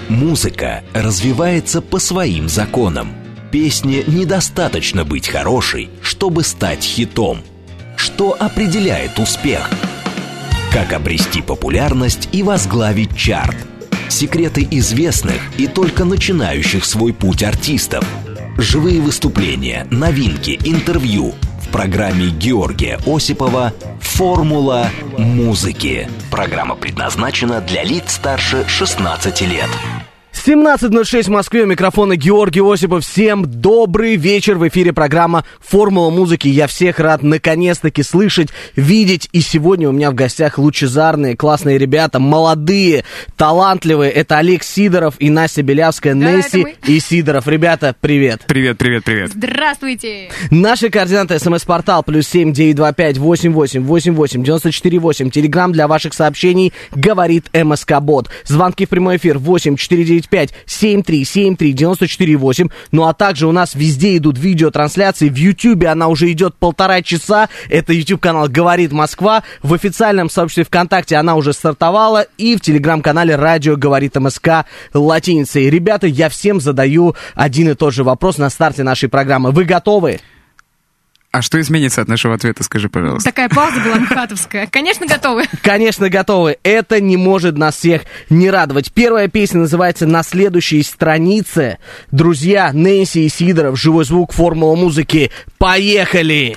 Музыка развивается по своим законам. Песне недостаточно быть хорошей, чтобы стать хитом. Что определяет успех? Как обрести популярность и возглавить чарт? Секреты известных и только начинающих свой путь артистов. Живые выступления, новинки, интервью. В программе Георгия Осипова «Формула музыки». Программа предназначена для лиц старше 16 лет. 17:06 в Москве, у микрофона Георгий Осипов. Всем добрый вечер, в эфире программа «Формула музыки». Я всех рад наконец-таки слышать, видеть. И сегодня у меня в гостях лучезарные, классные ребята, молодые, талантливые. Это Олег Сидоров и Настя Белявская, да, Нэнси и Сидоров. Ребята, привет. Привет. Здравствуйте. Наши координаты: смс-портал +7 925 88 88 94 8. Телеграм для ваших сообщений говорит МСК-бот. Звонки в прямой эфир 8 495 7373 94 8. Ну а также у нас везде идут видеотрансляции. В Ютьюбе она уже идет 1,5 часа. Это YouTube-канал «Говорит Москва». В официальном сообществе ВКонтакте она уже стартовала. И в телеграм-канале «Радио говорит МСК» латиницей. Ребята, я всем задаю один и тот же вопрос на старте нашей программы. Вы готовы? А что изменится от нашего ответа, скажи, пожалуйста. Такая пауза была мхатовская. Конечно, готовы. Конечно, готовы. Это не может нас всех не радовать. Первая песня называется «На следующей странице». Друзья, Нэнси и Сидоров, живой звук, формула музыки. Поехали!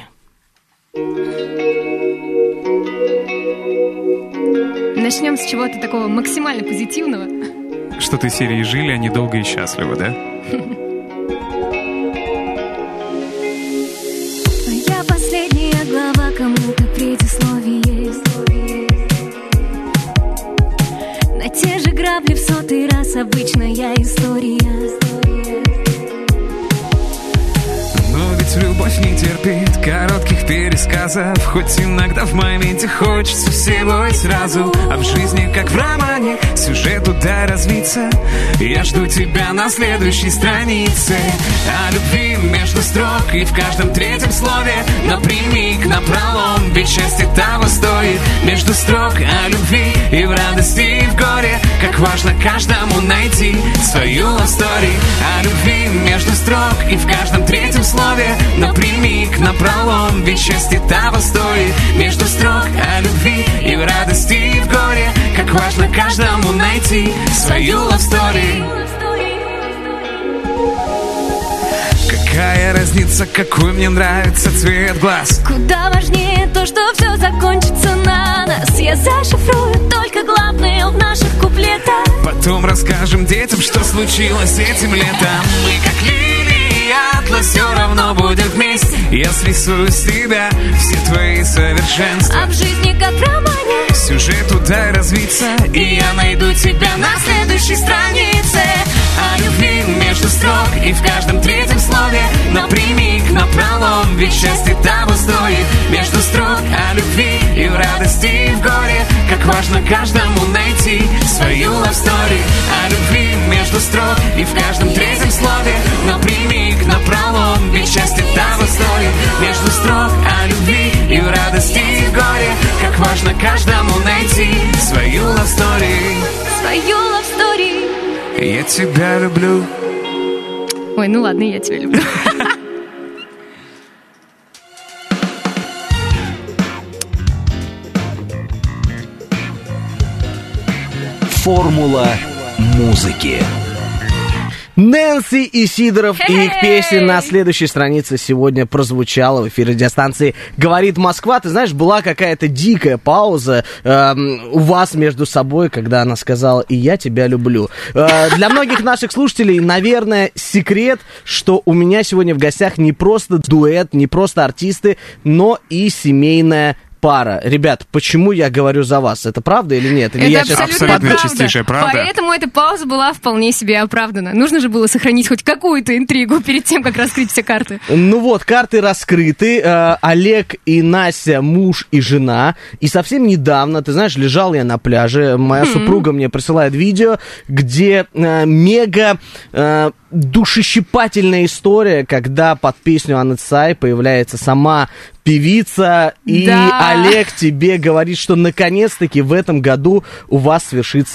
Начнем с чего-то такого максимально позитивного. Что-то из серии «Жили они долго и счастливо», да? Последняя глава, кому-то предисловие. На те же грабли в 100-й раз обычная история. Но ведь любовь не терпит коротких пересказов. Хоть иногда в моменте хочется всего и сразу. А в жизни, как в романе, сюжету дай развиться. Я жду тебя на следующей странице. О любви между строк и в каждом третьем слове. Напрямик, напролом, ведь счастье того стоит. Между строк о любви и в радости, и в горе. Как важно каждому найти свою love story. О любви между строк и в каждом третьем слове. Напрямик, напролом, ведь счастье того стоит. Между строк о любви и в радости, и в горе. Как важно каждому найти свою love story. Какая разница, какой мне нравится цвет глаз? Куда важнее то, что все закончится на нас. Я зашифрую только главное в наших куплетах. Потом расскажем детям, что случилось этим летом. Мы как лилии и атлас, все равно будем вместе. Я срисую с тебя все твои совершенства. А в жизни, как в романе, сюжету дай развиться, и я найду тебя на следующей странице. О любви между строк и в каждом третьем слове. Напрямик, напролом, ведь счастье того стоит. Между строк о любви и в радости, и в горе. Как важно каждому найти свою love story. О любви между строк и в каждом третьем слове. Напрямик, напролом, ведь счастье того стоит. Между строк о любви и в радости, и в горе. Как важно каждому найти свою love story. свою love story. Я тебя люблю. Ой, ну ладно, я тебя люблю. Формула музыки. Нэнси и Сидоров и их песня на следующей странице сегодня прозвучала в эфире радиостанции «Говорит Москва». Ты знаешь, была какая-то дикая пауза у вас между собой, когда она сказала «и я тебя люблю». Для многих наших слушателей, наверное, секрет, что у меня сегодня в гостях не просто дуэт, не просто артисты, но и семейная пара. Ребят, почему я говорю за вас? Это правда или нет? Или это я абсолютно чистейшая правда. Поэтому эта пауза была вполне себе оправдана. Нужно же было сохранить хоть какую-то интригу перед тем, как раскрыть все карты. Ну вот, карты раскрыты. Олег и Настя, муж и жена. И совсем недавно, ты знаешь, лежал я на пляже. Моя супруга мне присылает видео, где мега душещипательная история, когда под песню Анны Цай появляется сама певица, и Олег тебе говорит, что наконец-таки в этом году у вас свершится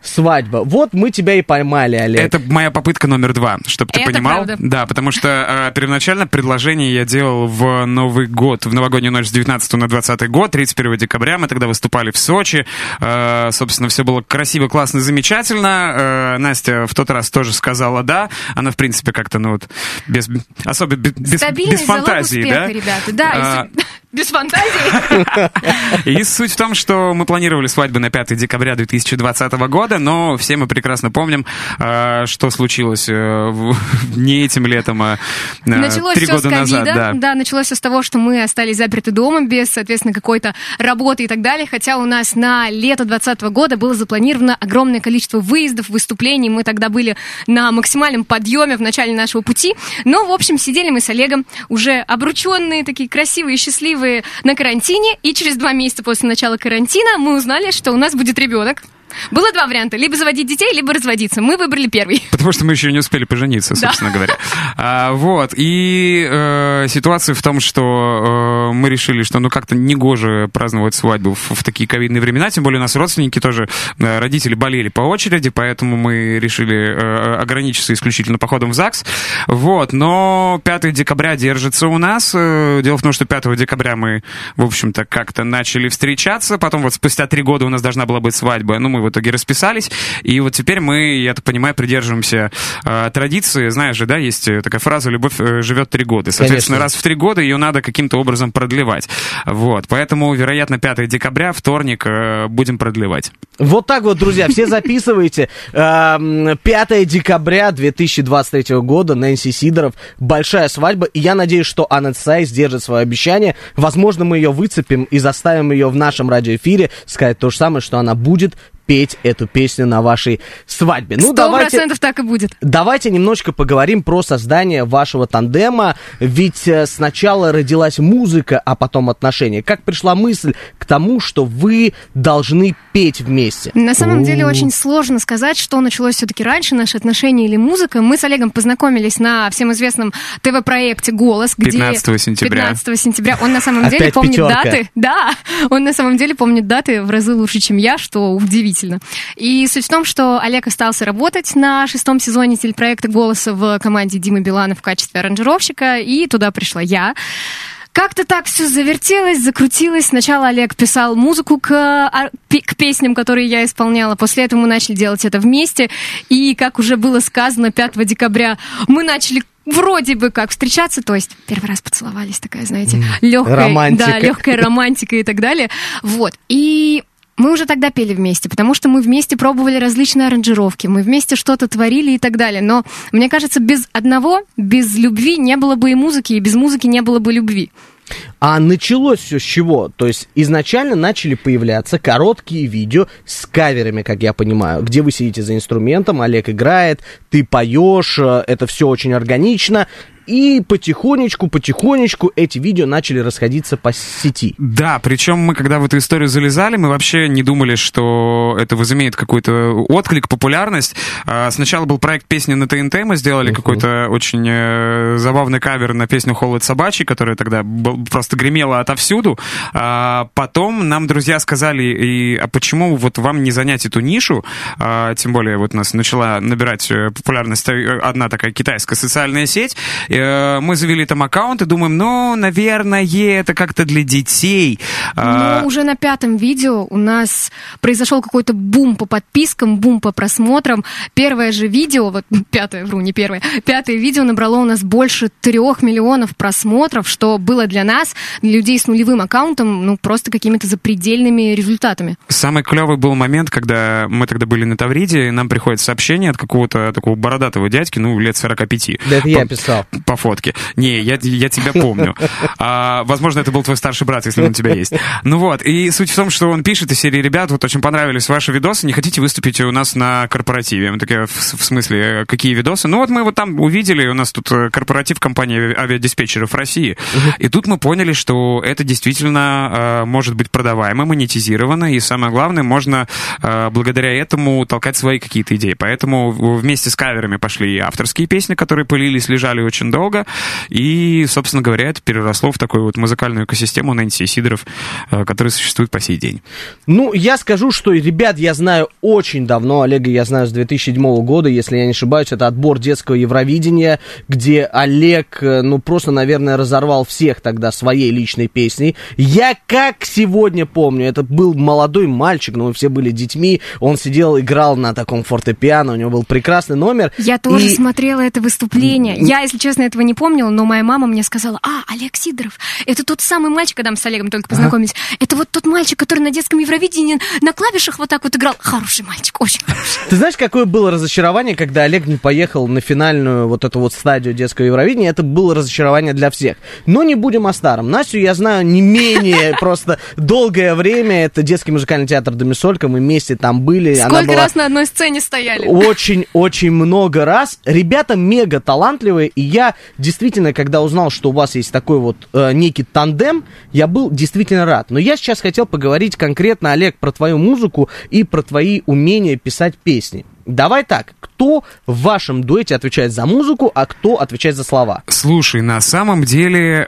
свадьба. Вот мы тебя и поймали, Олег. Это моя попытка номер 2, чтобы ты понимал. Правда. Да, потому что первоначально предложение я делал в Новый год, в новогоднюю ночь с 19 на 20 год, 31 декабря. Мы тогда выступали в Сочи. Собственно, все было красиво, классно, замечательно. Настя в тот раз тоже сказала «да». Она, в принципе, как-то, без фантазии, успеха, да? Ребята, да. Без фантазии. И суть в том, что мы планировали свадьбу на 5 декабря 2020 года, но все мы прекрасно помним, что случилось не этим летом, а 3 года назад. Да, началось все с того, что мы остались заперты дома без, соответственно, какой-то работы и так далее, хотя у нас на лето 2020 года было запланировано огромное количество выездов, выступлений, мы тогда были на максимальном подъеме в начале нашего пути, но, в общем, сидели мы с Олегом уже обрученные, такие красивые, счастливые, на карантине, и через 2 месяца после начала карантина мы узнали, что у нас будет ребенок. Было 2 варианта. Либо заводить детей, либо разводиться. Мы выбрали первый. Потому что мы еще не успели пожениться, собственно говоря. И ситуация в том, что мы решили, что как-то негоже праздновать свадьбу в такие ковидные времена. Тем более у нас родственники тоже, родители болели по очереди, поэтому мы решили ограничиться исключительно походом в ЗАГС. Но 5 декабря держится у нас. Дело в том, что 5 декабря мы, в общем-то, как-то начали встречаться. Потом спустя 3 года у нас должна была быть свадьба. Мы в итоге расписались, и вот теперь мы, я так понимаю, придерживаемся традиции. Знаешь же, да, есть такая фраза «любовь живет 3 года». Соответственно, Конечно. раз в 3 года ее надо каким-то образом продлевать. Поэтому, вероятно, 5 декабря, вторник, будем продлевать. Вот так вот, друзья, все записывайте. 5 декабря 2023 года, Нэнси Сидоров, большая свадьба, и я надеюсь, что Анна Цай сдержит свое обещание. Возможно, мы ее выцепим и заставим ее в нашем радиоэфире сказать то же самое, что она будет петь эту песню на вашей свадьбе. 100% так и будет. Давайте немножечко поговорим про создание вашего тандема, ведь сначала родилась музыка, а потом отношения. Как пришла мысль к тому, что вы должны петь вместе? На самом деле очень сложно сказать, что началось все-таки раньше, наши отношения или музыка. Мы с Олегом познакомились на всем известном ТВ-проекте «Голос», где 15 сентября. 15 сентября. Он на самом деле Опять помнит пятерка. даты. Да, он на самом деле помнит даты в разы лучше, чем я, что удивительно. И суть в том, что Олег остался работать на 6-м сезоне телепроекта «Голоса» в команде Димы Билана в качестве аранжировщика, и туда пришла я. Как-то так все завертелось, закрутилось. Сначала Олег писал музыку к песням, которые я исполняла. После этого мы начали делать это вместе. И, как уже было сказано, 5 декабря мы начали вроде бы как встречаться, то есть первый раз поцеловались, такая, знаете, легкая романтика и так далее. И мы уже тогда пели вместе, потому что мы вместе пробовали различные аранжировки, мы вместе что-то творили и так далее. Но, мне кажется, без любви не было бы и музыки, и без музыки не было бы любви. А началось все с чего? То есть изначально начали появляться короткие видео с каверами, как я понимаю, где вы сидите за инструментом, Олег играет, ты поешь, это все очень органично. И потихонечку эти видео начали расходиться по сети. Да, причем мы, когда в эту историю залезали, мы вообще не думали, что это возымеет какой-то отклик, популярность. Сначала был проект «Песни на ТНТ», мы сделали какой-то очень забавный кавер на песню «Холод собачий», которая тогда просто гремела отовсюду. Потом нам друзья сказали, а почему вам не занять эту нишу? Тем более у нас начала набирать популярность одна такая китайская социальная сеть. Мы завели там аккаунт и думаем, наверное, это как-то для детей. Но уже на 5-м видео у нас произошел какой-то бум по подпискам, бум по просмотрам. Первое же видео, 5-е видео набрало у нас больше 3 миллионов просмотров, что было для нас, для людей с нулевым аккаунтом, просто какими-то запредельными результатами. Самый клевый был момент, когда мы тогда были на Тавриде, и нам приходит сообщение от какого-то такого бородатого дядьки, лет 45. Да, это я писал. По фотке. Не, я тебя помню. Возможно, это был твой старший брат, если он у тебя есть. И суть в том, что он пишет из серии: ребят, очень понравились ваши видосы, не хотите выступить у нас на корпоративе? Мы такие, в смысле, какие видосы? Мы там увидели, у нас тут корпоратив компании авиадиспетчеров России. И тут мы поняли, что это действительно может быть продаваемо, монетизировано, и самое главное, можно благодаря этому толкать свои какие-то идеи. Поэтому вместе с каверами пошли и авторские песни, которые пылились, лежали очень долго. И, собственно говоря, это переросло в такую вот музыкальную экосистему Нэнси и Сидоров, которая существует по сей день. Ну, я скажу, что, ребят, я знаю очень давно, Олега я знаю с 2007 года, если я не ошибаюсь, это отбор детского Евровидения, где Олег, ну, просто, наверное, разорвал всех тогда своей личной песней. Я как сегодня помню, это был молодой мальчик, но мы все были детьми, он сидел, играл на таком фортепиано, у него был прекрасный номер. Я тоже смотрела это выступление. Я, если честно, этого не помнила, но моя мама мне сказала: Олег Сидоров, это тот самый мальчик, когда мы с Олегом только познакомились, это вот тот мальчик, который на детском Евровидении на клавишах вот так вот играл. Хороший мальчик, очень хороший. Ты знаешь, какое было разочарование, когда Олег не поехал на финальную вот эту вот стадию детского Евровидения? Это было разочарование для всех. Но не будем о старом. Настю я знаю не менее просто долгое время. Это детский музыкальный театр «Домисолька». Мы вместе там были. Сколько раз на одной сцене стояли? Очень много раз. Ребята мега талантливые. И я действительно, когда узнал, что у вас есть такой вот некий тандем, я был действительно рад. Но я сейчас хотел поговорить конкретно, Олег, про твою музыку и про твои умения писать песни. Давай так, кто в вашем дуэте отвечает за музыку, а кто отвечает за слова? Слушай, на самом деле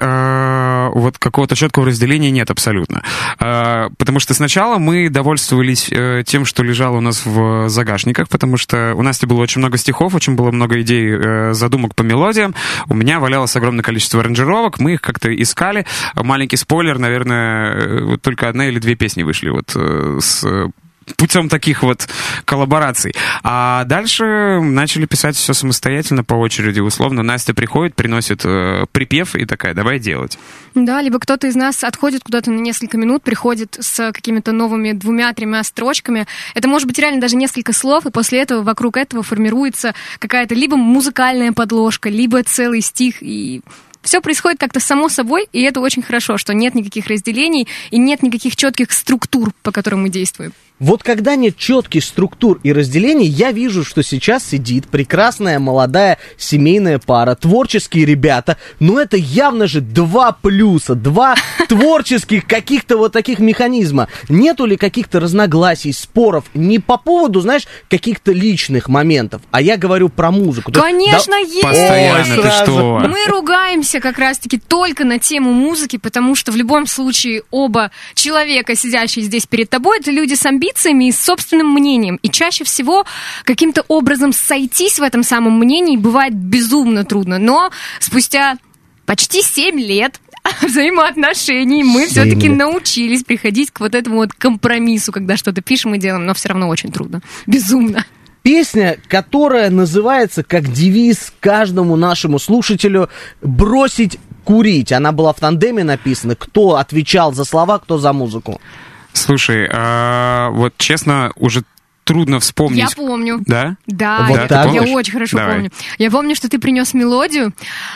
вот какого-то четкого разделения нет абсолютно. Потому что сначала мы довольствовались тем, что лежало у нас в загашниках, потому что у Насти было очень много стихов, очень было много идей, задумок по мелодиям. У меня валялось огромное количество аранжировок, мы их как-то искали. Маленький спойлер, наверное, вот только одна или две песни вышли вот с путем таких вот коллабораций. А дальше начали писать все самостоятельно по очереди. Условно, Настя приходит, приносит припев и такая: давай делать. Да, либо кто-то из нас отходит куда-то на несколько минут, приходит с какими-то новыми 2-3 строчками. Это может быть реально даже несколько слов, и после этого вокруг этого формируется какая-то либо музыкальная подложка, либо целый стих, и все происходит как-то само собой, и это очень хорошо, что нет никаких разделений и нет никаких четких структур, по которым мы действуем. Вот когда нет четких структур и разделений, я вижу, что сейчас сидит прекрасная молодая семейная пара, творческие ребята, но это явно же 2 плюса, 2 творческих каких-то вот таких механизма. Нету ли каких-то разногласий, споров, не по поводу, знаешь, каких-то личных моментов, а я говорю про музыку. Конечно, есть! Постоянно, ты что? Мы ругаемся как раз-таки только на тему музыки, потому что в любом случае оба человека, сидящие здесь перед тобой, это люди с амбициями и с собственным мнением. И чаще всего каким-то образом сойтись в этом самом мнении бывает безумно трудно. Но спустя почти 7 лет взаимоотношений мы все-таки научились приходить к вот этому вот компромиссу, когда что-то пишем и делаем, но все равно очень трудно. Безумно. Песня, которая называется как девиз каждому нашему слушателю «Бросить курить». Она была в тандеме написана. Кто отвечал за слова, кто за музыку? Слушай, вот честно, уже трудно вспомнить. Я помню. Да? Да, вот я очень хорошо помню. Я помню, что ты принес мелодию,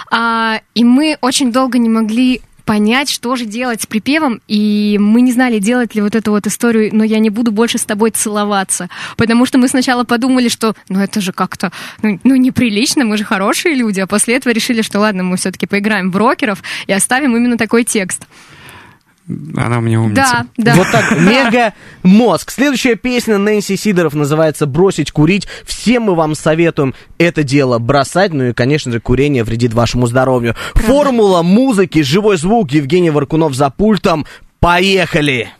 и мы очень долго не могли понять, что же делать с припевом, и мы не знали, делать ли вот эту вот историю «но я не буду больше с тобой целоваться», потому что мы сначала подумали, что это же как-то неприлично, мы же хорошие люди, а после этого решили, что ладно, мы все-таки поиграем в рокеров и оставим именно такой текст. Она у меня умница. Да. Вот так, мега мозг. Следующая песня Нэнси Сидоров называется «Бросить курить». Все мы вам советуем это дело бросать. Ну и, конечно же, курение вредит вашему здоровью. Правда. Формула музыки, живой звук, Евгений Варкунов за пультом. Поехали!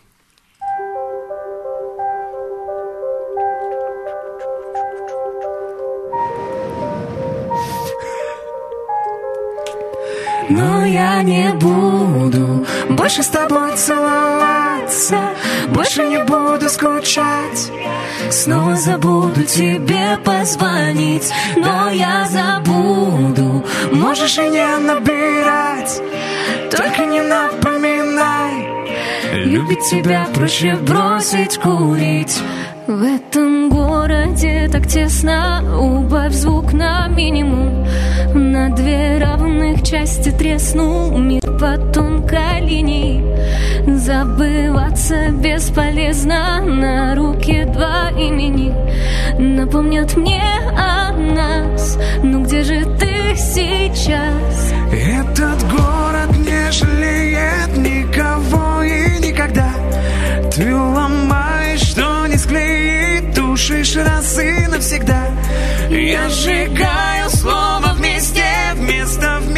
Но я не буду больше с тобой целоваться, больше не буду скучать, снова забуду тебе позвонить. Но я забуду, можешь и не набирать, только не напоминай, любить тебя проще бросить курить. В этом городе так тесно, убавь звук на минимум. На 2 равных части треснул мир по тонкой линии. Забываться бесполезно, на руке 2 имени напомнят мне о нас. Ну где же ты сейчас? Этот город не жалеет никого и никогда. Ты ломаешь, что не склеит, тушишь раз и навсегда. Я сжигаю слово вместе, вместо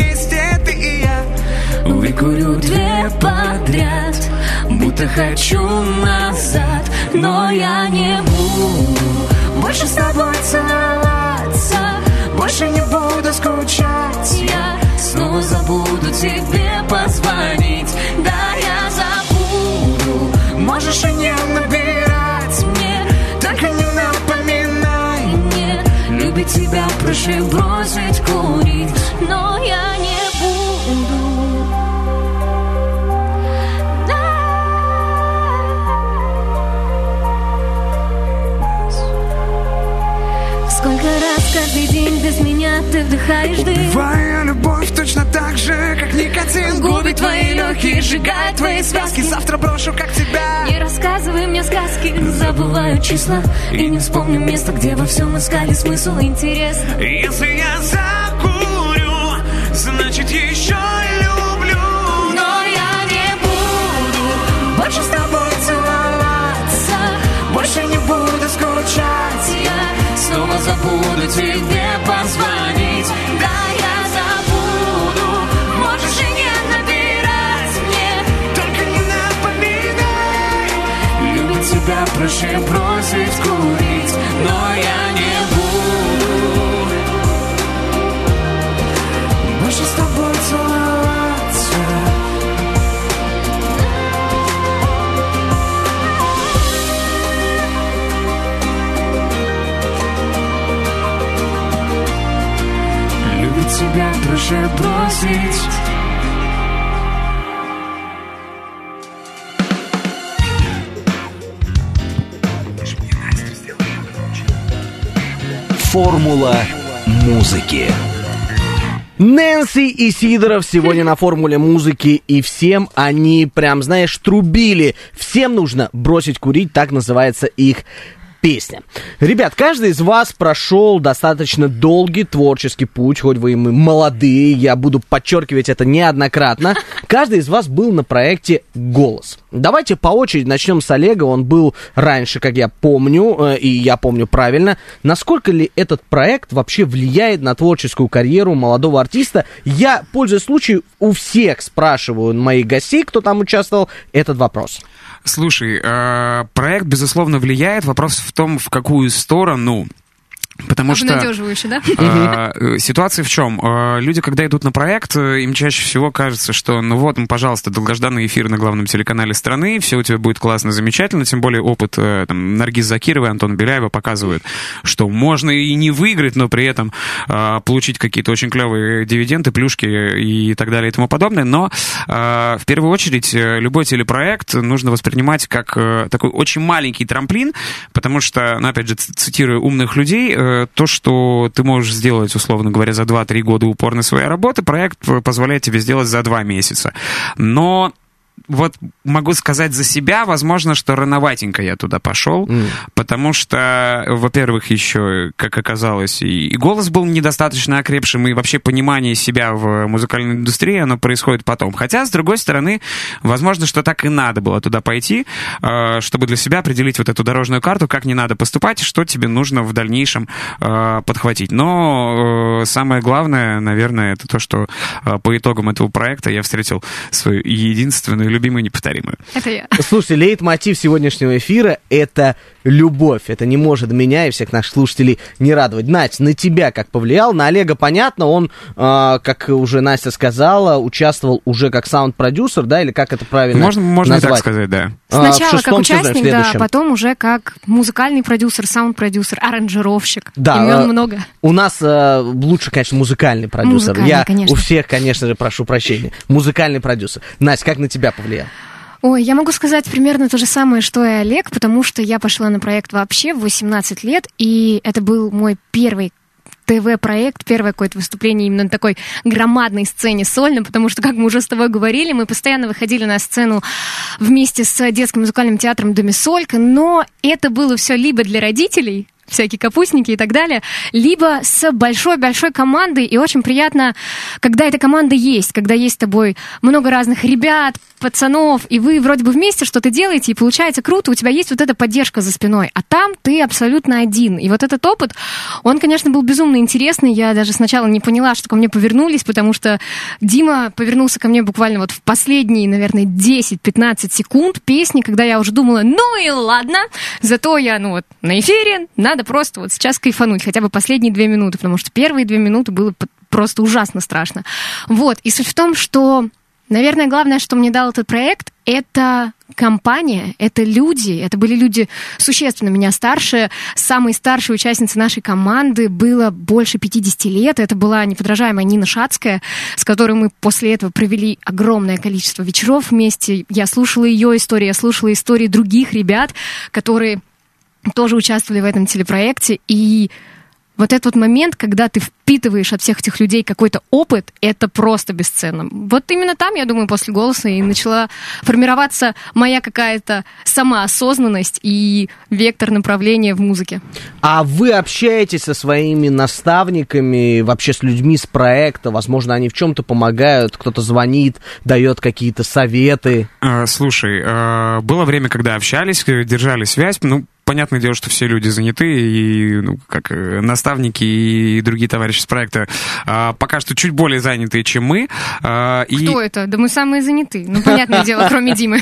и курю 2 подряд, будто хочу назад. Но я не буду больше с тобой целоваться, больше не буду скучать. Я снова забуду тебе позвонить. Да, я забуду, можешь и не набирать мне, только не напоминай мне. Любить тебя проще бросить курить, но я не буду. Сколько раз каждый день без меня ты вдыхаешь дым, убивая любовь точно так же, как никотин. Губит твои легкие, сжигает твои связки. Завтра брошу, как тебя. Не рассказывай мне сказки, забываю числа и не вспомню место, где во всем искали смысл. Интересно, если я закурю, значит еще люблю. но я не буду Больше с тобой целоваться, больше не буду скучать. Я снова забуду тебе позвонить. Да, я забуду, можешь и не набирать мне, только не напоминай. Любить тебя проще бросить курить, но я не буду больше с тобой целоваться. Любить тебя проще бросить. Формула музыки. Нэнси и Сидоров сегодня на формуле музыки, и всем они прям, знаешь, трубили. Всем нужно бросить курить, так называется их песня. Ребят, каждый из вас прошел достаточно долгий творческий путь, хоть вы и молодые, я буду подчеркивать это неоднократно. Каждый из вас был на проекте «Голос». Давайте по очереди начнем с Олега. Он был раньше, как я помню, и я помню правильно. Насколько ли этот проект вообще влияет на творческую карьеру молодого артиста? Я, пользуясь случаем, у всех спрашиваю моих гостей, кто там участвовал, этот вопрос. Слушай, проект, безусловно, влияет. Вопрос в том, в какую сторону. Потому что обнадеживающе, да? Ситуация в чем? Люди, когда идут на проект, им чаще всего кажется, что ну вот, пожалуйста, долгожданный эфир на главном телеканале страны, все у тебя будет классно, замечательно, тем более опыт Наргиз Закировой, Антона Беляева показывает, что можно и не выиграть, но при этом получить какие-то очень клевые дивиденды, плюшки и так далее и тому подобное. Но в первую очередь любой телепроект нужно воспринимать как такой очень маленький трамплин, потому что, ну, опять же, цитирую умных людей, то, что ты можешь сделать, условно говоря, за 2-3 года упорной своей работы, проект позволяет тебе сделать за 2 месяца. Но вот могу сказать за себя, возможно, что рановатенько я туда пошел, потому что, во-первых, еще, как оказалось, и голос был недостаточно окрепшим, и вообще понимание себя в музыкальной индустрии, оно происходит потом. Хотя, с другой стороны, возможно, что так и надо было туда пойти, чтобы для себя определить вот эту дорожную карту, как не надо поступать, что тебе нужно в дальнейшем подхватить. Но самое главное, наверное, это то, что по итогам этого проекта я встретил свою единственную, любимую, неповторимую. Это я. Слушайте, лейтмотив сегодняшнего эфира — это любовь. Это не может меня и всех наших слушателей не радовать. Надь, на тебя как повлиял? На Олега понятно, он, как уже Настя сказала, участвовал уже как саунд-продюсер, да, или как это правильно можно назвать? И так сказать, да. Сначала как участник, да, потом уже как музыкальный продюсер, саунд-продюсер, аранжировщик. Да, имен много. У нас лучше, конечно, музыкальный продюсер. Музыкальный, я конечно. У всех, конечно же, прошу прощения. Музыкальный продюсер. Настя, как на тебя повлиял? Ой, я могу сказать примерно то же самое, что и Олег, потому что я пошла на проект вообще в 18 лет, и это был мой первый ТВ-проект, первое какое-то выступление именно на такой громадной сцене сольно, потому что, как мы уже с тобой говорили, мы постоянно выходили на сцену вместе с детским музыкальным театром «Домисолька», но это было все либо для родителей, всякие капустники и так далее, либо с большой-большой командой, и очень приятно, когда эта команда есть, когда есть с тобой много разных ребят, пацанов, и вы вроде бы вместе что-то делаете, и получается круто, у тебя есть вот эта поддержка за спиной, а там ты абсолютно один. И вот этот опыт, он, конечно, был безумно интересный, я даже сначала не поняла, что ко мне повернулись, потому что Дима повернулся ко мне буквально вот в последние, наверное, 10-15 секунд песни, когда я уже думала, ну и ладно, зато я, вот на эфире, надо просто вот сейчас кайфануть, хотя бы последние 2 минуты, потому что первые 2 минуты было просто ужасно страшно. Вот, и суть в том, что, наверное, главное, что мне дал этот проект, это компания, это люди, это были люди существенно меня старше. Самой старшей участницей нашей команды было больше 50 лет. Это была неподражаемая Нина Шацкая, с которой мы после этого провели огромное количество вечеров вместе. Я слушала ее истории, я слушала истории других ребят, которые тоже участвовали в этом телепроекте. И вот этот вот момент, когда ты впитываешь от всех этих людей какой-то опыт, это просто бесценно. Вот именно там, я думаю, после «Голоса» и начала формироваться моя какая-то самоосознанность и вектор направления в музыке. А вы общаетесь со своими наставниками, вообще с людьми с проекта? Возможно, они в чем-то помогают, кто-то звонит, дает какие-то советы? Слушай, было время, когда общались, держали связь, понятное дело, что все люди заняты, и как наставники и другие товарищи с проекта пока что чуть более занятые, чем мы. Кто это? Да мы самые занятые. Понятное дело, кроме Димы.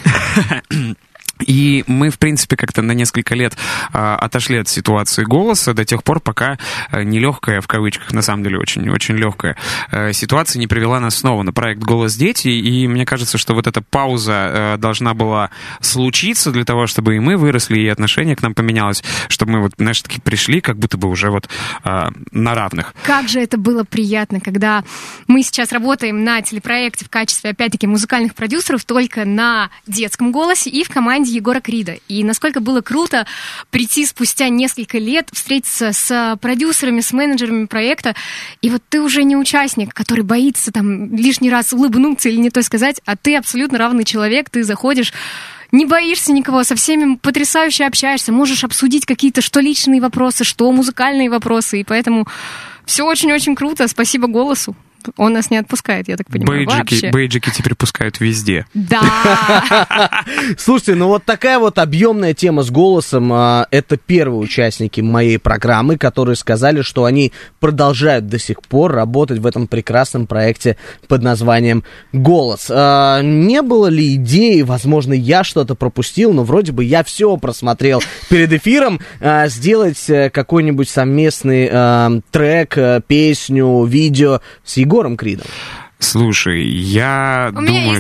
И мы, в принципе, как-то на несколько лет отошли от ситуации «Голоса» до тех пор, пока нелегкая, в кавычках, на самом деле очень легкая ситуация не привела нас снова на проект «Голос дети». И мне кажется, что вот эта пауза должна была случиться для того, чтобы и мы выросли, и отношение к нам поменялось, чтобы мы таки пришли как будто бы уже на равных. Как же это было приятно, когда мы сейчас работаем на телепроекте в качестве, опять-таки, музыкальных продюсеров только на детском «Голосе» и в команде Егора Крида. И насколько было круто прийти спустя несколько лет, встретиться с продюсерами, с менеджерами проекта, и вот ты уже не участник, который боится там лишний раз улыбнуться или не то сказать, а ты абсолютно равный человек, ты заходишь, не боишься никого, со всеми потрясающе общаешься, можешь обсудить какие-то что личные вопросы, что музыкальные вопросы, и поэтому все очень-очень круто, спасибо «Голосу». Он нас не отпускает, я так понимаю, вообще. Бейджики теперь пускают везде. Да! Слушайте, вот такая вот объемная тема с «Голосом». Это первые участники моей программы, которые сказали, что они продолжают до сих пор работать в этом прекрасном проекте под названием «Голос». Не было ли идеи, возможно, я что-то пропустил, но вроде бы я все просмотрел перед эфиром, сделать какой-нибудь совместный трек, песню, видео с Егором Кридом? Слушай, я думаю, что...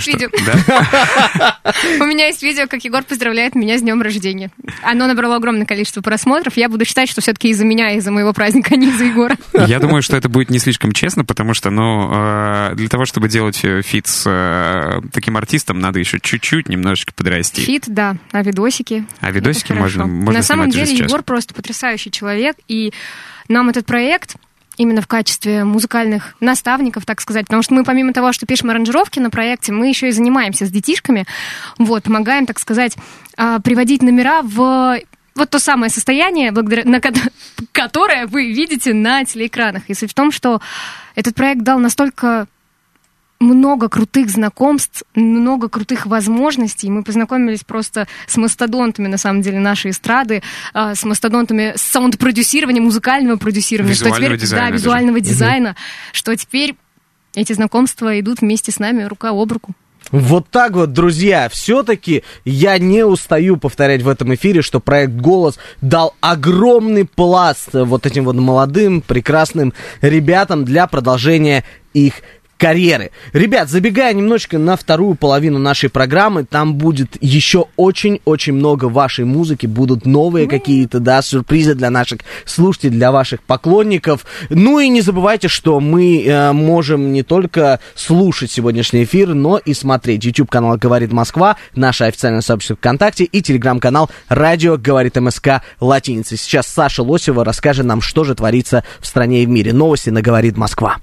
У меня есть видео, как Егор поздравляет меня с днем рождения. Оно набрало огромное количество просмотров. Я буду считать, что все-таки из-за меня, из-за моего праздника, а не из-за Егора. Я думаю, что это будет не слишком честно, потому что, для того, чтобы делать фит с таким артистом, надо еще чуть-чуть, немножечко подрасти. Фит, да, а видосики? А видосики можно На самом деле сейчас. Егор просто потрясающий человек, и нам этот проект... именно в качестве музыкальных наставников, так сказать, потому что мы, помимо того, что пишем аранжировки на проекте, мы еще и занимаемся с детишками, помогаем, так сказать, приводить номера в вот то самое состояние, которое вы видите на телеэкранах. И суть в том, что этот проект дал настолько много крутых знакомств, много крутых возможностей. Мы познакомились просто с мастодонтами, на самом деле, нашей эстрады, с мастодонтами саунд-продюсирования, музыкального продюсирования. Визуального дизайна. Что теперь эти знакомства идут вместе с нами рука об руку. Вот так вот, друзья, все-таки я не устаю повторять в этом эфире, что проект «Голос» дал огромный пласт вот этим вот молодым, прекрасным ребятам для продолжения их карьеры. Ребят, забегая немножечко на вторую половину нашей программы, там будет еще очень-очень много вашей музыки, будут новые какие-то, сюрпризы для наших слушателей, для ваших поклонников. Ну и не забывайте, что мы можем не только слушать сегодняшний эфир, но и смотреть. YouTube-канал «Говорит Москва», наше официальное сообщество ВКонтакте и телеграм-канал «Радио Говорит МСК» латиницей. Сейчас Саша Лосева расскажет нам, что же творится в стране и в мире. Новости на «Говорит Москва».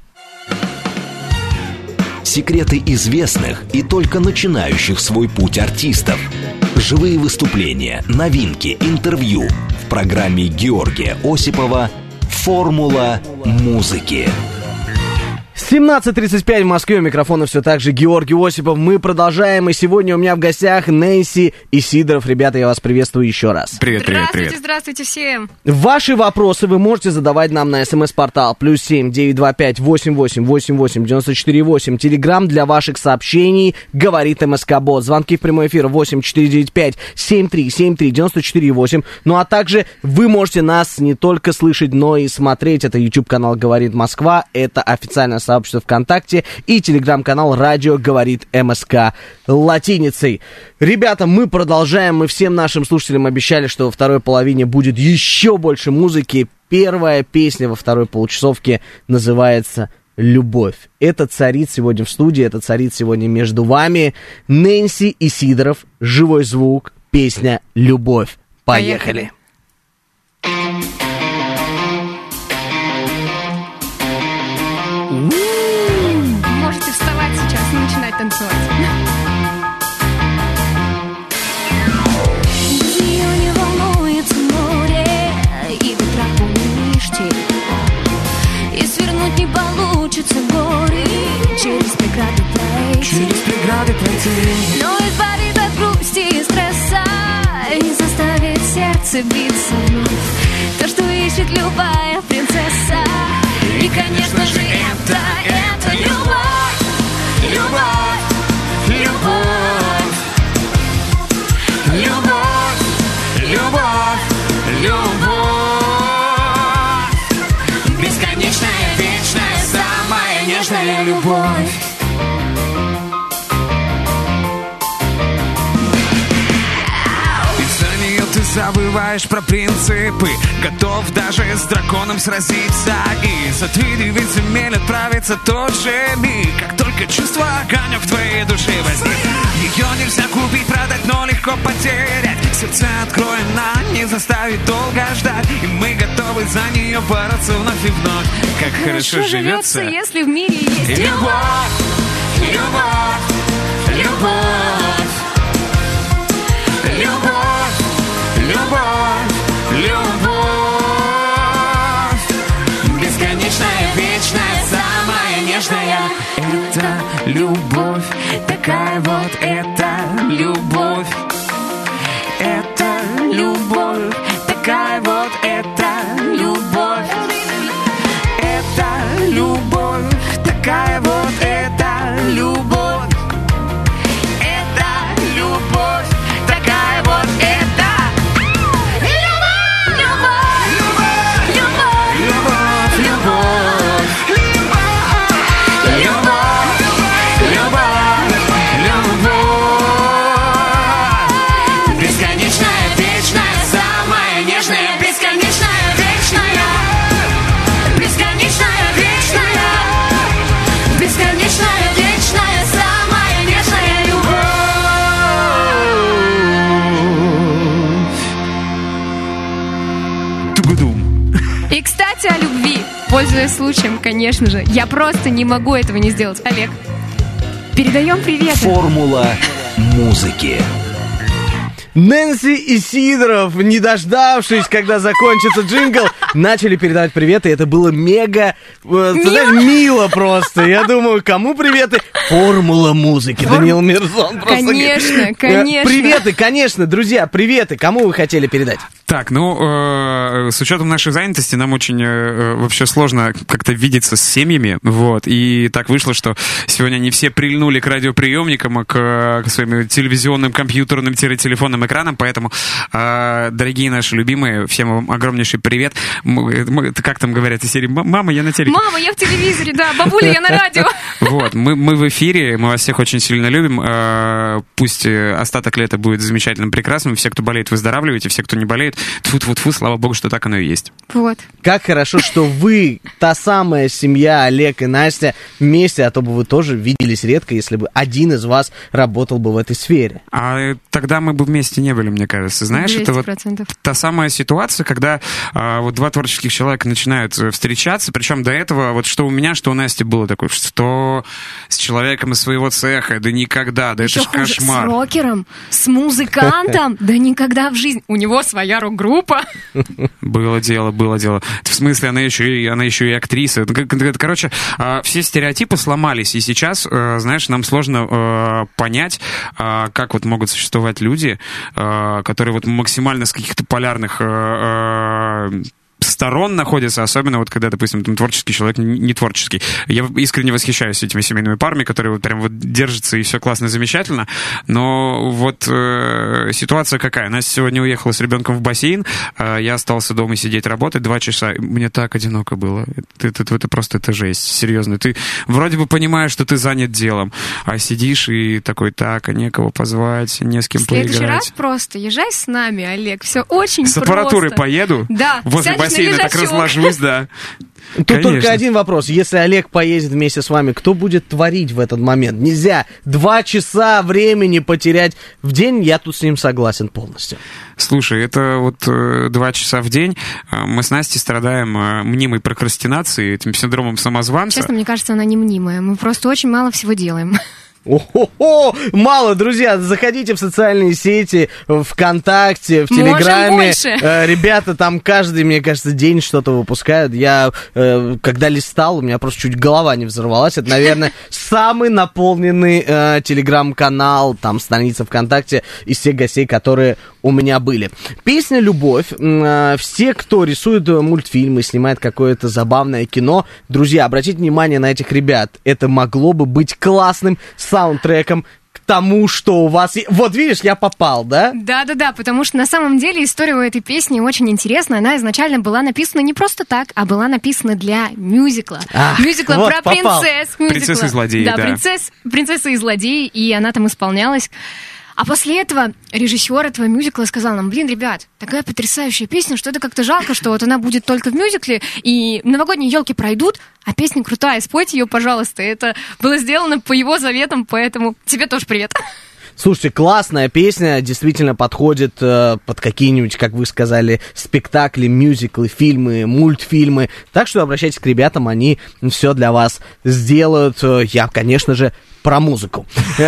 Секреты известных и только начинающих свой путь артистов. Живые выступления, новинки, интервью. В программе Георгия Осипова «Формула музыки». 17:35 в Москве, у микрофона все так же Георгий Осипов. Мы продолжаем, и сегодня у меня в гостях Нэнси и Сидоров. Ребята, я вас приветствую еще раз. Привет, привет, привет. Здравствуйте всем. Ваши вопросы вы можете задавать нам на СМС-портал +7 925 88 88 94 8. Телеграм для ваших сообщений говорит МСК-бот. Звонки в прямой эфир 8 495 73 73 94 8. Ну а также вы можете нас не только слышать, но и смотреть. Это YouTube-канал «Говорит Москва», это официальное сообщество ВКонтакте и телеграм-канал «Радио говорит МСК» латиницей. Ребята, мы продолжаем. Мы всем нашим слушателям обещали, что во второй половине будет еще больше музыки. Первая песня во второй получасовке называется «Любовь». Это царит сегодня в студии, это царит сегодня между вами. Нэнси и Сидоров, живой звук, песня «Любовь». Поехали! Можете вставать сейчас и начинать танцевать. Без нее не волнуется море, и ветра полны штиль. И свернуть не получится горы, через преграды пройти. Но избавит от грусти и стресса, и заставит сердце биться вновь. То, что ищет любая принцесса. И, конечно же, это любовь, любовь, любовь, любовь, любовь, любовь. Бесконечная, вечная, самая нежная любовь. Ты забываешь про принципы, готов даже с драконом сразиться. И за 3 земель отправиться тот же миг, как только чувство огонек в твоей душе возник. Ее нельзя купить, продать, но легко потерять. Сердце откроем нам, не заставит долго ждать. И мы готовы за нее бороться вновь и вновь. Как хорошо живется, если в мире есть любовь, любовь, любовь, любовь. Любовь, любовь, бесконечная, вечная, самая нежная. Это любовь, такая вот это любовь. Это любовь, такая вот это любовь. Это любовь, такая вот это любовь. Это любовь, такая вот это. И, кстати, о любви. Пользуясь случаем, конечно же, я просто не могу этого не сделать. Олег, передаем привет. Формула музыки. Нэнси и Сидоров, не дождавшись, когда закончится джингл, начали передавать приветы. Это было мега, мило просто. Я думаю, кому приветы? Формула музыки. Даниил Мирзон просто конечно, говорит. Конечно. Приветы, конечно, друзья, приветы. Кому вы хотели передать? Так, с учетом нашей занятости нам очень вообще сложно как-то видеться с семьями, вот, и так вышло, что сегодня не все прильнули к радиоприемникам, к своим телевизионным, компьютерным, телефонным экранам, поэтому, дорогие наши любимые, всем вам огромнейший привет. Как там говорят из серии «Мама, я на телеке». Мама, я в телевизоре, да, бабуля, я на радио. Вот, мы в эфире, мы вас всех очень сильно любим, пусть остаток лета будет замечательным, прекрасным, все, кто болеет, выздоравливайте, все, кто не болеет, тьфу-тьфу-тьфу, слава богу, что так оно и есть. Вот. Как хорошо, что вы, та самая семья, Олег и Настя, вместе, а то бы вы тоже виделись редко, если бы один из вас работал бы в этой сфере. А тогда мы бы вместе не были, мне кажется. Знаешь, 200%. это вот та самая ситуация, когда вот два творческих человека начинают встречаться, причем до этого, вот что у меня, что у Насти было такое, что с человеком из своего цеха, да никогда, да Еще это ж хуже, кошмар. с рокером, с музыкантом, да никогда в жизни. У него своя рок-группа. Было дело. В смысле, она еще и актриса. Короче, все стереотипы сломались, и сейчас, знаешь, нам сложно понять, как вот могут существовать люди, которые вот максимально с каких-то полярных сторон находятся, особенно вот когда, допустим, там творческий человек не творческий. Я искренне восхищаюсь этими семейными парами, которые вот прям вот держатся, и все классно, замечательно. Но вот ситуация какая? Настя сегодня уехала с ребенком в бассейн, я остался дома сидеть, работать 2 часа. Мне так одиноко было. Это просто жесть. Серьезно. Ты вроде бы понимаешь, что ты занят делом, а сидишь и такой, так, а некого позвать, не с кем поиграть. В следующий раз просто езжай с нами, Олег. Все очень с просто. С аппаратурой поеду. Да. Возле бассейна так разложусь, да. Тут Конечно. только один вопрос. Если Олег поедет вместе с вами, кто будет творить в этот момент? Нельзя 2 часа времени потерять в день, я тут с ним согласен полностью. Слушай, это вот 2 часа в день. Мы с Настей страдаем мнимой прокрастинацией, этим синдромом самозванца. Честно, мне кажется, она не мнимая. Мы просто очень мало всего делаем. О-хо-хо! Мало, друзья, заходите в социальные сети, ВКонтакте, в Телеграме. Ребята там каждый, мне кажется, день что-то выпускают. Я, когда листал, у меня просто чуть голова не взорвалась. Это, наверное, самый наполненный Телеграм-канал, там, страница ВКонтакте из всех гостей, которые у меня были. Песня «Любовь». Все, кто рисует мультфильмы, снимает какое-то забавное кино, друзья, обратите внимание на этих ребят. Это могло бы быть классным саундтреком к тому, что у вас... Вот видишь, я попал, да? Да, потому что на самом деле история у этой песни очень интересная. Она изначально была написана не просто так, а была написана для мюзикла. Мюзикла вот про попал. принцесс. Принцессы и злодеи, да. Принцессы и злодеи, и она там исполнялась. А после этого режиссер этого мюзикла сказал нам: блин, ребят, такая потрясающая песня, что это как-то жалко, что вот она будет только в мюзикле, и новогодние елки пройдут, а песня крутая, спойте ее, пожалуйста. Это было сделано по его заветам, поэтому тебе тоже привет. Слушайте, классная песня, действительно подходит под какие-нибудь, как вы сказали, спектакли, мюзиклы, фильмы, мультфильмы. Так что обращайтесь к ребятам, они все для вас сделают. Я, конечно же, про музыку.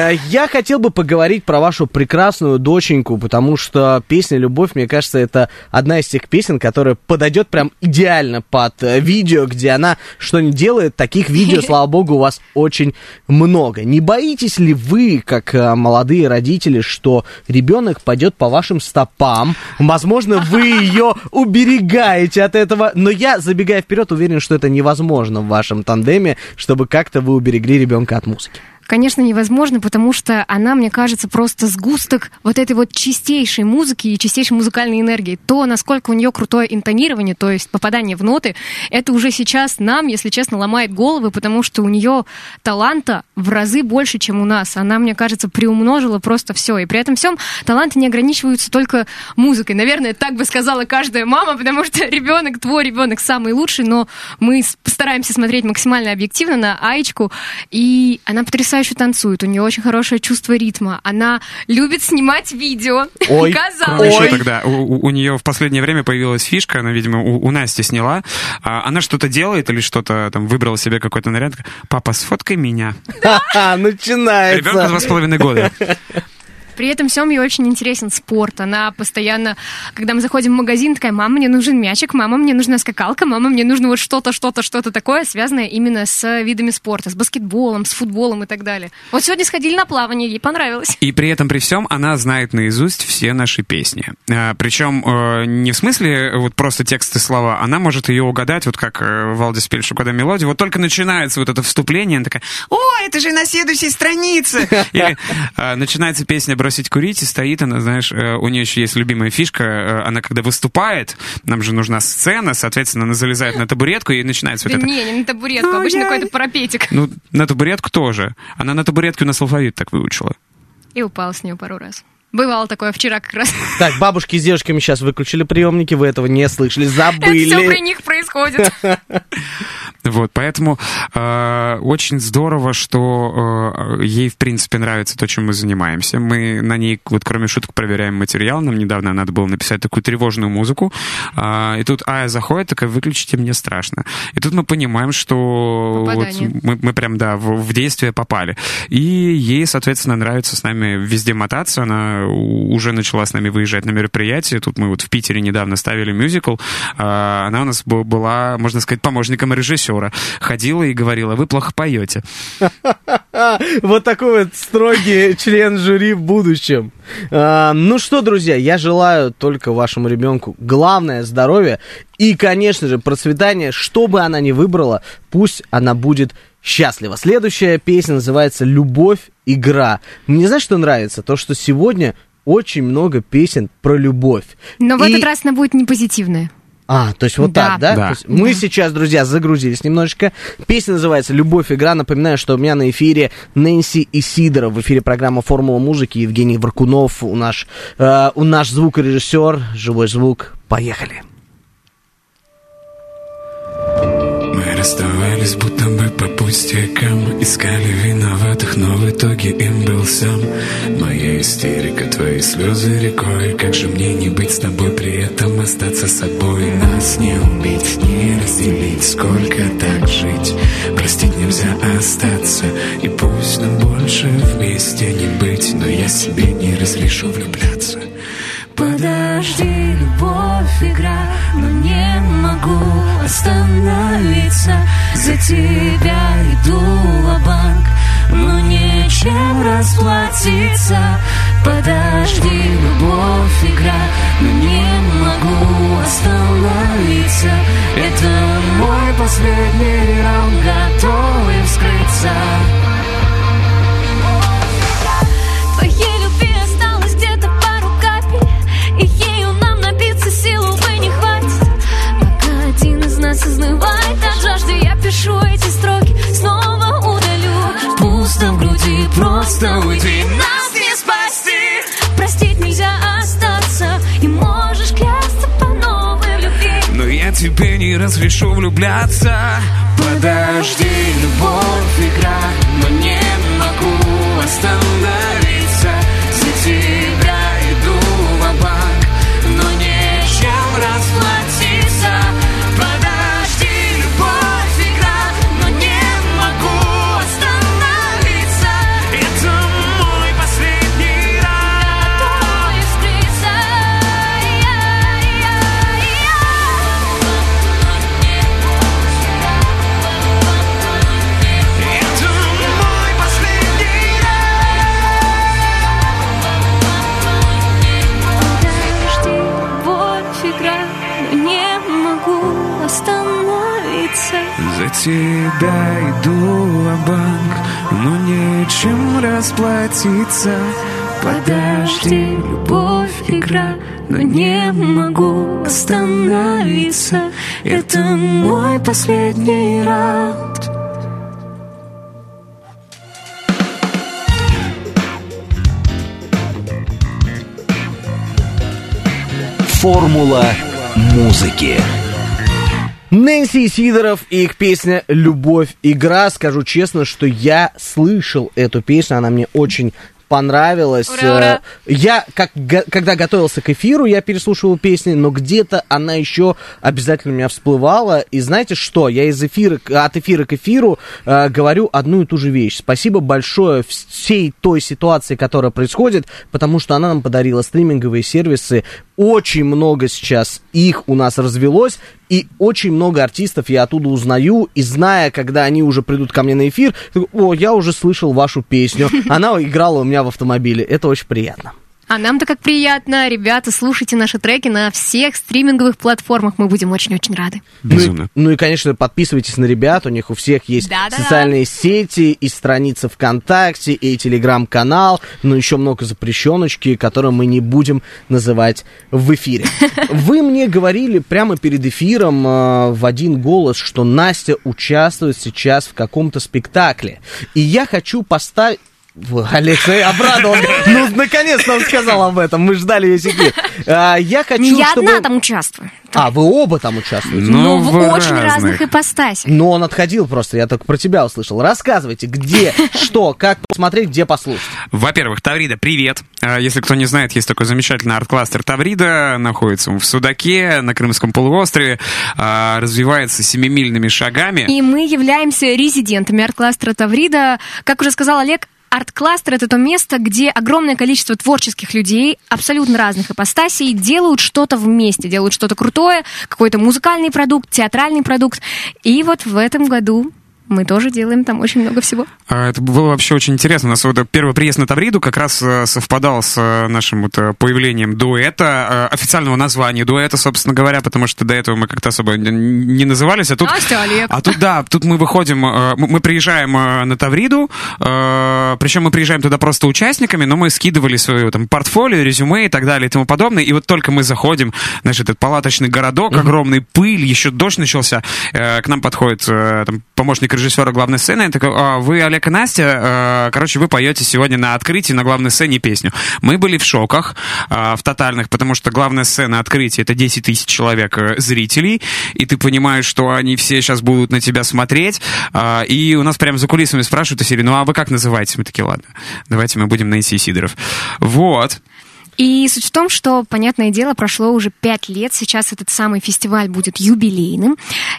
Я хотел бы поговорить про вашу прекрасную доченьку, потому что песня «Любовь», мне кажется, это одна из тех песен, которая подойдет прям идеально под видео, где она что-нибудь делает. Таких видео, слава богу, у вас очень много. Не боитесь ли вы, как молодые родители, что ребенок пойдет по вашим стопам? Возможно, вы ее уберегаете от этого, но я, забегая вперед, уверен, что это невозможно в вашем тандеме, чтобы как-то вы уберегли ребенка от музыки. Конечно, невозможно, потому что она, мне кажется, просто сгусток вот этой вот чистейшей музыки и чистейшей музыкальной энергии. То, насколько у нее крутое интонирование, то есть попадание в ноты, это уже сейчас нам, если честно, ломает головы, потому что у нее таланта в разы больше, чем у нас. Она, мне кажется, приумножила просто все. И при этом всем таланты не ограничиваются только музыкой. Наверное, так бы сказала каждая мама, потому что ребенок, твой ребенок самый лучший, но мы постараемся смотреть максимально объективно на Аечку, и она потрясающе танцует, у нее очень хорошее чувство ритма, она любит снимать видео. Ой, еще тогда у нее в последнее время появилась фишка, она, видимо, у Насти сняла, она что-то делает или что-то там выбрала себе какой-то наряд. Папа, сфоткай меня. Начинается. Ребенку 2,5 года. При этом всем ей очень интересен спорт. Она постоянно, когда мы заходим в магазин, такая: мама, мне нужен мячик, мама, мне нужна скакалка, мама, мне нужно вот что-то такое, связанное именно с видами спорта, с баскетболом, с футболом и так далее. Вот сегодня сходили на плавание, ей понравилось. И при этом, при всем, она знает наизусть все наши песни. Причем не в смысле вот просто тексты, слова, она может ее угадать, вот как Валдис Пельш угадал мелодию. Вот только начинается вот это вступление, она такая: о, это же на следующей странице! Или начинается песня «Бросить курить», и стоит она, знаешь, у нее еще есть любимая фишка, она когда выступает, нам же нужна сцена, соответственно, она залезает на табуретку и начинается вот это. Не на табуретку, обычно какой-то парапетик. Ну, на табуретку тоже. Она на табуретке у нас алфавит так выучила. И упала с нее пару раз. Бывало такое вчера как раз. Так, бабушки с девушками сейчас выключили приемники, вы этого не слышали, забыли. Это все при них происходит. Вот, поэтому очень здорово, что ей, в принципе, нравится то, чем мы занимаемся. Мы на ней, вот кроме шуток, проверяем материал. Нам недавно надо было написать такую тревожную музыку. И тут Ая заходит, такая: выключите, мне страшно. И тут мы понимаем, что вот мы прям, да, в действие попали. И ей, соответственно, нравится с нами везде мотаться. Она уже начала с нами выезжать на мероприятия. Тут мы вот в Питере недавно ставили мюзикл. Она у нас была, можно сказать, помощником режиссера. Ходила и говорила: вы плохо поете. Вот такой вот строгий член жюри в будущем. Ну что, друзья, я желаю только вашему ребенку главное здоровье и, конечно же, процветание. Что бы она ни выбрала, пусть она будет счастлива. Следующая песня называется «Любовь. Игра». Мне, знаешь, что нравится? То, что сегодня очень много песен про любовь. Но в этот раз она будет не позитивная. То есть вот так, да? Да. То есть мы сейчас, друзья, загрузились немножечко. Песня называется «Любовь. Игра». Напоминаю, что у меня на эфире Нэнси и Сидоров. В эфире программа «Формула музыки». Евгений Варкунов, у наш звукорежиссер. Живой звук. Поехали. Мы расставались будто бы по пустякам, искали виноватых, но в итоге им был сам. Моя истерика, твои слезы рекой. Как же мне не быть с тобой, при этом остаться собой? Нас не убить, не разделить, сколько так жить? Простить нельзя остаться, и пусть нам больше вместе не быть, но я себе не разрешу влюбляться. Подожди, любовь, игра, но не могу остановиться. За тебя иду ва-банк, но нечем расплатиться. Подожди, любовь, игра, но не могу остановиться. Это мой последний раунд, готовый вскрыться. Твоей любви осталось где-то пару капель, и ею нам напиться сил, увы, не хватит. Пока один из нас изнывает от жажды, я пишу эти строки, снова удалю. Пусто в груди, просто уйди, нас не спасти. Простить нельзя остаться, и можешь клясться по новой в любви. Но я тебе не разрешу влюбляться. Подожди, любовь, игра, но не могу остановиться. За тебя иду ва-банк, но нечем расплатиться. Подожди, любовь, игра, но не могу остановиться. Это мой последний раз. Готовый вскрыться. Это мой последний Подожди, любовь, игра, но не могу остановиться. За тебя иду ва-банк, но нечем расплатиться. Подожди, любовь, игра, но не могу остановиться. Это мой последний раунд. Формула музыки. Нэнси и Сидоров и их песня «Любовь. Игра». Скажу честно, что я слышал эту песню, она мне очень понравилась. Ура, ура. Я, когда готовился к эфиру, я переслушивал песни, но где-то она еще обязательно у меня всплывала. И знаете что? Я от эфира к эфиру говорю одну и ту же вещь. Спасибо большое всей той ситуации, которая происходит, потому что она нам подарила стриминговые сервисы. Очень много сейчас их у нас развелось, и очень много артистов я оттуда узнаю, и зная, когда они уже придут ко мне на эфир, я уже слышал вашу песню, она играла у меня в автомобиле, это очень приятно. А нам-то как приятно. Ребята, слушайте наши треки на всех стриминговых платформах. Мы будем очень-очень рады. Безумно. Ну и, конечно, подписывайтесь на ребят. У них у всех есть Да-да-да. социальные сети, и страница ВКонтакте, и телеграм-канал. Ну, еще много запрещеночки, которые мы не будем называть в эфире. Вы мне говорили прямо перед эфиром в один голос, что Настя участвует сейчас в каком-то спектакле. И я хочу поставить... Алексей обрадовался. Ну, наконец-то он сказал об этом. Мы ждали весь эфир. Я хочу, Не я чтобы... одна там участвую. Вы оба там участвуете? Но в очень разных ипостасях. Но он отходил просто, я только про тебя услышал. Рассказывайте, где, что, как посмотреть, где послушать. Во-первых, Таврида, привет. Если кто не знает, есть такой замечательный арт-кластер Таврида. Находится он в Судаке, на Крымском полуострове. Развивается семимильными шагами. И мы являемся резидентами арт-кластера Таврида. Как уже сказал Олег, арт-кластер — это то место, где огромное количество творческих людей, абсолютно разных ипостасей, делают что-то вместе, делают что-то крутое, какой-то музыкальный продукт, театральный продукт. И вот в этом году мы тоже делаем там очень много всего. Это было вообще очень интересно. У нас вот первый приезд на Тавриду как раз совпадал с нашим вот появлением дуэта, официального названия дуэта, собственно говоря, потому что до этого мы как-то особо не назывались. А тут, Настя, Олег. Тут мы выходим, мы приезжаем на Тавриду, причем мы приезжаем туда просто участниками, но мы скидывали свое там портфолио, резюме и так далее и тому подобное. И вот только мы заходим, значит, этот палаточный городок, огромный пыль, еще дождь начался, к нам подходит там помощник режиссера главной сцены, я такой: вы Олег и Настя, короче, вы поете сегодня на открытии на главной сцене песню. Мы были в шоках, в тотальных, потому что главная сцена открытия — это 10 тысяч человек зрителей, и ты понимаешь, что они все сейчас будут на тебя смотреть, и у нас прямо за кулисами спрашивают о серии: ну а вы как называетесь? Мы такие: ладно, давайте мы будем Нэнси Сидоров. Вот. И суть в том, что, понятное дело, прошло уже 5 лет, сейчас этот самый фестиваль будет юбилейным,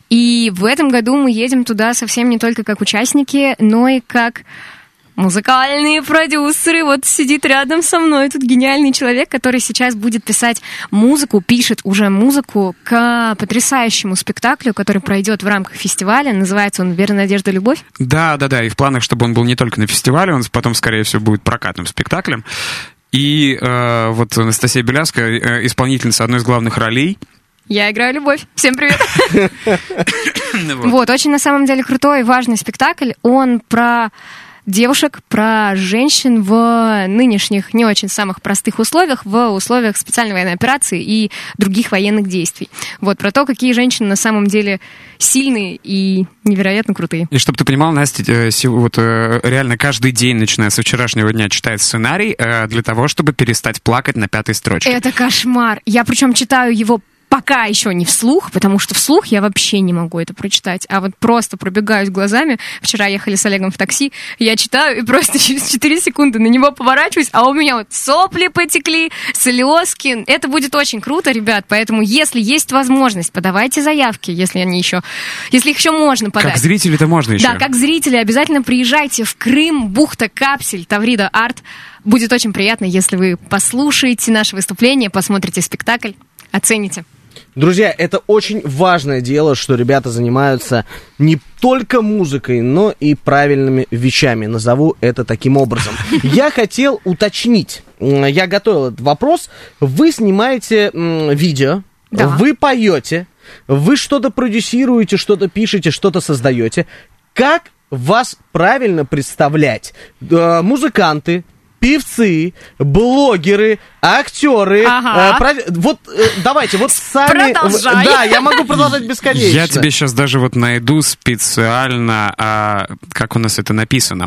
и в этом году мы едем туда совсем не только как участники, но и как музыкальные продюсеры. Вот сидит рядом со мной тут гениальный человек, который сейчас будет писать музыку, пишет уже музыку к потрясающему спектаклю, который пройдет в рамках фестиваля. Называется он «Вера, надежда, любовь». Да, и в планах, чтобы он был не только на фестивале, он потом, скорее всего, будет прокатным спектаклем. И вот Анастасия Белявская, исполнительница одной из главных ролей. Я играю любовь. Всем привет. Вот, очень на самом деле крутой и важный спектакль. Он про девушек, про женщин в нынешних не очень самых простых условиях, в условиях специальной военной операции и других военных действий. Вот, про то, какие женщины на самом деле сильные и невероятно крутые. И чтобы ты понимал, Настя, вот реально каждый день, начиная со вчерашнего дня, читает сценарий для того, чтобы перестать плакать на 5-й строчке. Это кошмар. Я причем читаю его пока еще не вслух, потому что вслух я вообще не могу это прочитать, а вот просто пробегаюсь глазами. Вчера ехали с Олегом в такси, я читаю и просто через 4 секунды на него поворачиваюсь, а у меня вот сопли потекли, слезки. Это будет очень круто, ребят, поэтому если есть возможность, подавайте заявки, если их еще можно подать. Как зрители-то можно еще. Да, как зрители обязательно приезжайте в Крым, бухта Капсель, Таврида Арт. Будет очень приятно, если вы послушаете наше выступление, посмотрите спектакль, оцените. Друзья, это очень важное дело, что ребята занимаются не только музыкой, но и правильными вещами. Назову это таким образом. Я хотел уточнить. Я готовил этот вопрос. Вы снимаете видео, да. Вы поете, вы что-то продюсируете, что-то пишете, что-то создаете. Как вас правильно представлять? Музыканты, певцы, блогеры, актеры. Ага. Давайте, вот сами... Продолжай. Да, я могу продолжать бесконечно. Я тебе сейчас даже вот найду специально, как у нас это написано.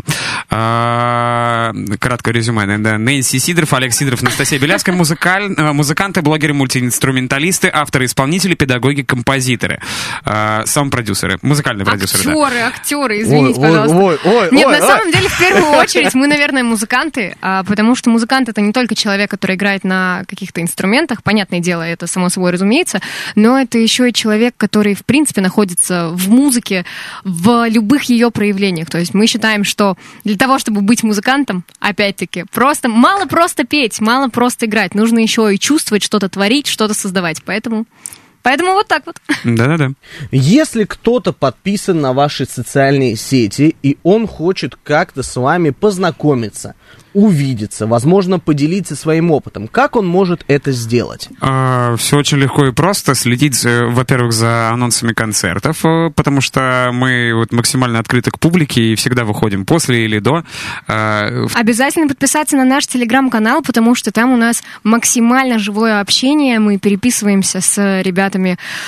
Краткое резюме. Да. Нэнси Сидоров, Олег Сидоров, Анастасия Белявская. Музыканты, блогеры, мультиинструменталисты, авторы, исполнители, педагоги, композиторы. Саунд-продюсеры, музыкальные продюсеры. Актеры, извините, пожалуйста. Нет, на самом деле, в первую очередь, мы, наверное, музыканты, потому что музыкант — это не только человек, который играет на каких-то инструментах, понятное дело, это само собой разумеется, но это еще и человек, который, в принципе, находится в музыке в любых ее проявлениях. То есть мы считаем, что для того, чтобы быть музыкантом, опять-таки, мало просто петь, мало просто играть, нужно еще и чувствовать, что-то творить, что-то создавать. Поэтому вот так вот. Да. Если кто-то подписан на ваши социальные сети, и он хочет как-то с вами познакомиться, увидеться, возможно, поделиться своим опытом, как он может это сделать? Все очень легко и просто. Следить, во-первых, за анонсами концертов, потому что мы вот максимально открыты к публике и всегда выходим после или до. Обязательно подписаться на наш телеграм-канал, потому что там у нас максимально живое общение. Мы переписываемся с ребятами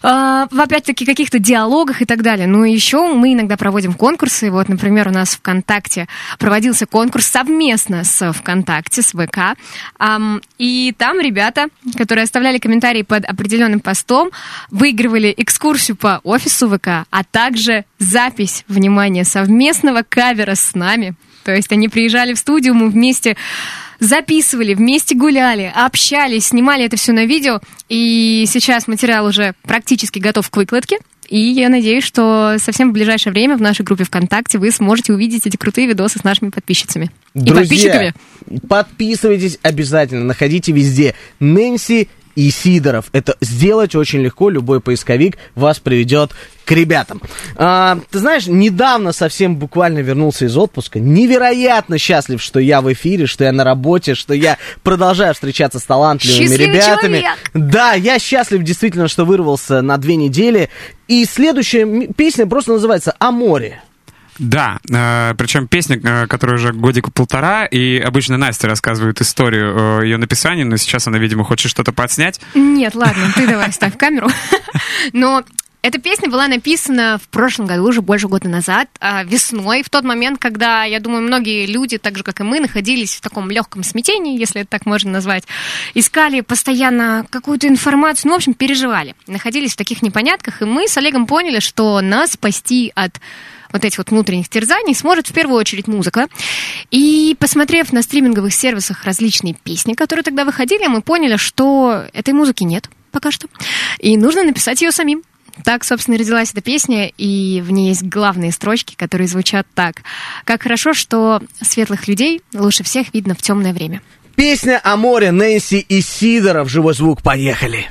опять-таки, каких-то диалогах и так далее. Ну и еще мы иногда проводим конкурсы. Вот, например, у нас в ВКонтакте проводился конкурс совместно с ВКонтакте, с ВК. И там ребята, которые оставляли комментарии под определенным постом, выигрывали экскурсию по офису ВК, а также запись, внимание, совместного кавера с нами. То есть они приезжали в студию, мы вместе записывали, вместе гуляли, общались, снимали это все на видео. И сейчас материал уже практически готов к выкладке. И я надеюсь, что совсем в ближайшее время в нашей группе ВКонтакте вы сможете увидеть эти крутые видосы с нашими подписчицами. Друзья, и подписчиками. Подписывайтесь обязательно, находите везде Нэнси и Сидоров. Это сделать очень легко, любой поисковик вас приведет к ребятам. Ты знаешь, недавно совсем буквально вернулся из отпуска. Невероятно счастлив, что я в эфире, что я на работе, что я продолжаю встречаться с талантливыми Счастливый ребятами. человек. Да, я счастлив действительно, что вырвался на 2 недели. И следующая песня просто называется «О море». Да, причем песня, которая уже годик-полтора, и обычно Настя рассказывает историю ее написания, но сейчас она, видимо, хочет что-то подснять. Нет, ладно, ты давай ставь камеру. Но эта песня была написана в прошлом году, уже больше года назад, весной, в тот момент, когда, я думаю, многие люди, так же, как и мы, находились в таком легком смятении, если это так можно назвать, искали постоянно какую-то информацию, ну, в общем, переживали, находились в таких непонятках, и мы с Олегом поняли, что нас спасти от вот этих вот внутренних терзаний сможет в первую очередь музыка. И посмотрев на стриминговых сервисах различные песни, которые тогда выходили, мы поняли, что этой музыки нет пока что, и нужно написать ее самим. Так, собственно, родилась эта песня, и в ней есть главные строчки, которые звучат так. «Как хорошо, что светлых людей лучше всех видно в темное время». Песня о море, Нэнси и Сидоров. Живой звук, поехали.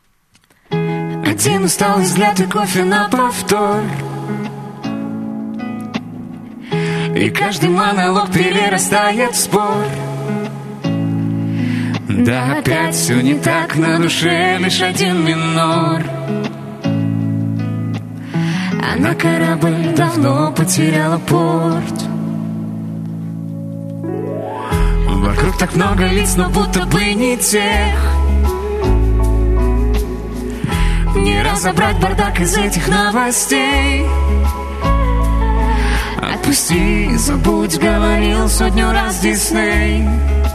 Один усталый взгляд и кофе на повтор, и каждый монолог перерастает в спор. Да опять все не так, на душе лишь один минор. Она корабль давно потеряла порт. Вокруг так много лиц, но будто бы не тех. Не разобрать бардак из этих новостей. Отпусти, забудь, говорил 100 раз Дисней.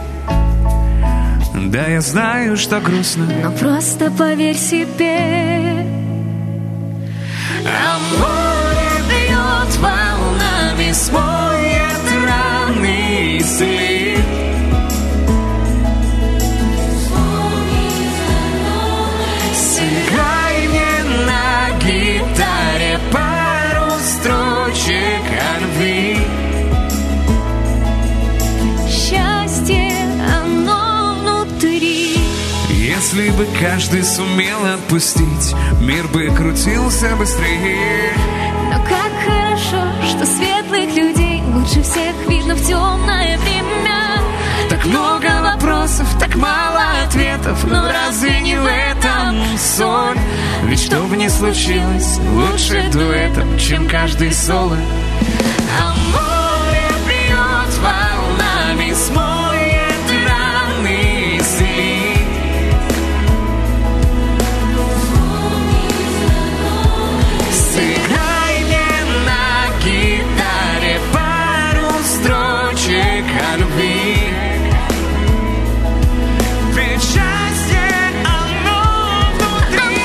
Да, я знаю, что грустно, но просто поверь себе. А море бьет волнами, смоет раны и слив. Сыграй мне на гитаре пару строчек о любви. Счастье, оно внутри. Если бы каждый сумел отпустить, мир бы крутился быстрее. Но как хорошо, что светлых людей лучше всех видно в темное время. Так много вопросов, так мало ответов, но разве не в этом соль? Ведь что бы ни случилось, лучше дуэтом, чем каждый соло. А море бьет волнами, смоет раны и слив. Сыграй мне на гитаре пару строчек о любви. Ведь счастье, оно внутри.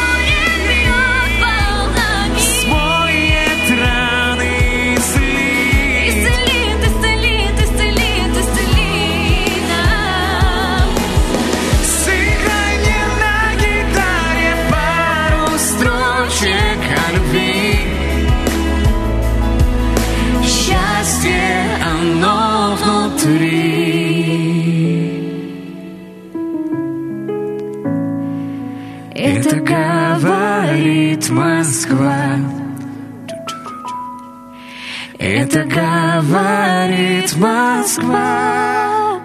Смоет раны и слив. Исцелит, исцелит, исцелит, исцелит нам. Сыграй мне на гитаре пару строчек о любви. Счастье, оно внутри. Это говорит Москва. Это говорит Москва.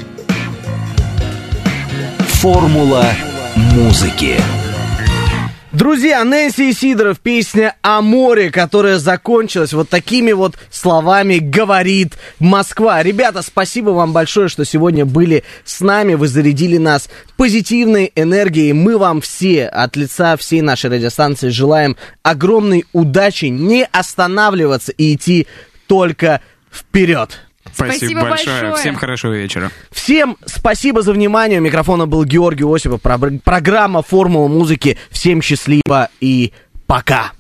Формула музыки. Друзья, Нэнси и Сидоров, песня о море, которая закончилась вот такими вот словами «Говорит Москва». Ребята, спасибо вам большое, что сегодня были с нами, вы зарядили нас позитивной энергией. Мы вам все от лица всей нашей радиостанции желаем огромной удачи, не останавливаться и идти только вперед. Спасибо большое. Всем хорошего вечера. Всем спасибо за внимание. У микрофона был Георгий Осипов. Программа «Формула музыки». Всем счастливо и пока.